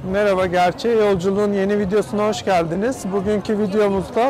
Merhaba, Gerçeğe Yolculuğun yeni videosuna hoş geldiniz. Bugünkü videomuzda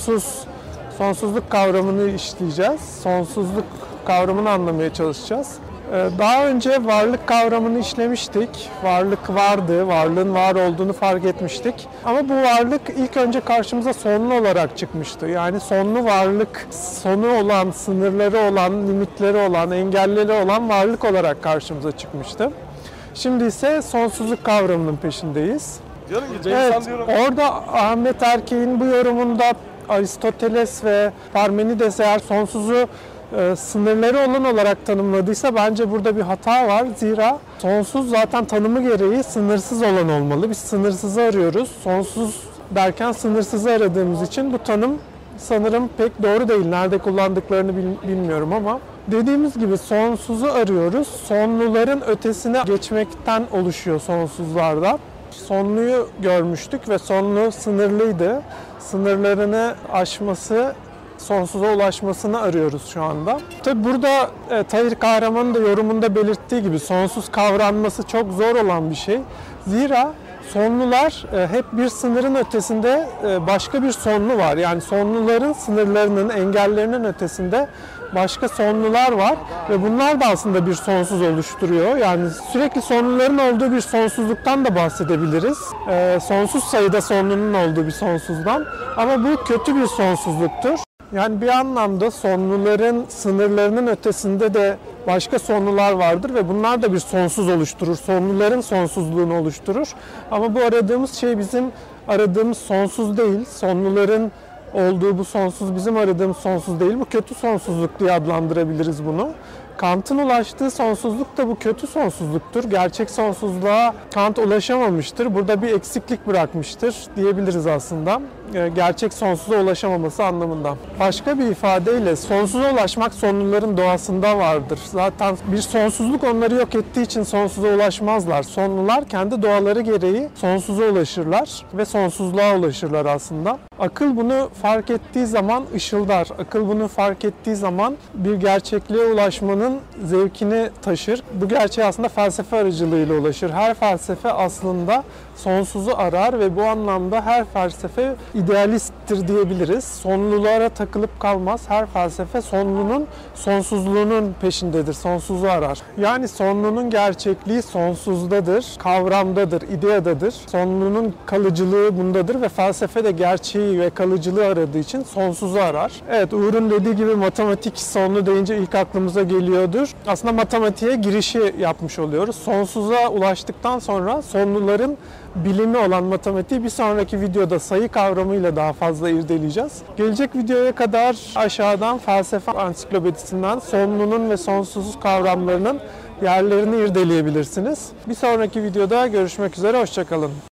sonsuzluk kavramını işleyeceğiz. Sonsuzluk kavramını anlamaya çalışacağız. Daha önce varlık kavramını işlemiştik. Varlık vardı, varlığın var olduğunu fark etmiştik. Ama bu varlık ilk önce karşımıza sonlu olarak çıkmıştı. Yani sonlu varlık, sonu olan, sınırları olan, limitleri olan, engelleri olan varlık olarak karşımıza çıkmıştı. Şimdi ise sonsuzluk kavramının peşindeyiz. Diyorum ki Evet, orada Ahmet Erkek'in bu yorumunda Aristoteles ve Parmenides eğer sonsuzu sınırları olan olarak tanımladıysa bence burada bir hata var. Zira sonsuz zaten tanımı gereği sınırsız olan olmalı. Biz sınırsızı arıyoruz. Sonsuz derken sınırsızı aradığımız için bu tanım sanırım pek doğru değil. Nerede kullandıklarını bilmiyorum ama dediğimiz gibi sonsuzu arıyoruz. Sonluların ötesine geçmekten oluşuyor sonsuzlarda. Sonluyu görmüştük ve sonlu sınırlıydı. Sınırlarını aşması, sonsuza ulaşmasını arıyoruz şu anda. Tabi burada Tahir Kahraman'ın da yorumunda belirttiği gibi sonsuz kavranması çok zor olan bir şey. Zira sonlular hep bir sınırın ötesinde başka bir sonlu var. Yani sonluların sınırlarının, engellerinin ötesinde başka sonlular var ve bunlar da aslında bir sonsuz oluşturuyor. Yani sürekli sonluların olduğu bir sonsuzluktan da bahsedebiliriz. Sonsuz sayıda sonlunun olduğu bir sonsuzdan. Ama bu kötü bir sonsuzluktur. Yani bir anlamda sonluların sınırlarının ötesinde de başka sonlular vardır ve bunlar da bir sonsuz oluşturur. Sonluların sonsuzluğunu oluşturur. Ama bu aradığımız şey bizim aradığımız sonsuz değil. Sonluların olduğu bu sonsuz bizim aradığımız sonsuz değil. Bu kötü sonsuzluk diye adlandırabiliriz bunu. Kant'ın ulaştığı sonsuzluk da bu kötü sonsuzluktur. Gerçek sonsuzluğa Kant ulaşamamıştır. Burada bir eksiklik bırakmıştır diyebiliriz aslında. Gerçek sonsuza ulaşamaması anlamında. Başka bir ifadeyle sonsuza ulaşmak sonluların doğasında vardır. Zaten bir sonsuzluk onları yok ettiği için sonsuza ulaşmazlar. Sonlular kendi doğaları gereği sonsuza ulaşırlar ve sonsuzluğa ulaşırlar aslında. Akıl bunu fark ettiği zaman ışıldar. Akıl bunu fark ettiği zaman bir gerçekliğe ulaşmanın zevkini taşır. Bu gerçeğe aslında felsefe aracılığıyla ulaşır. Her felsefe aslında sonsuzu arar ve bu anlamda her felsefe idealisttir diyebiliriz. Sonlulara takılıp kalmaz. Her felsefe sonlunun sonsuzluğunun peşindedir. Sonsuzu arar. Yani sonlunun gerçekliği sonsuzdadır, kavramdadır, ideadadır. Sonlunun kalıcılığı bundadır ve felsefe de gerçeği ve kalıcılığı aradığı için sonsuzu arar. Evet, Uğur'un dediği gibi matematik sonlu deyince ilk aklımıza geliyordur. Aslında matematiğe girişi yapmış oluyoruz. Sonsuza ulaştıktan sonra sonluların bilimi olan matematiği bir sonraki videoda sayı kavramıyla daha fazla irdeleyeceğiz. Gelecek videoya kadar aşağıdan felsefe ansiklopedisinden sonlunun ve sonsuz kavramlarının yerlerini irdeleyebilirsiniz. Bir sonraki videoda görüşmek üzere, hoşça kalın.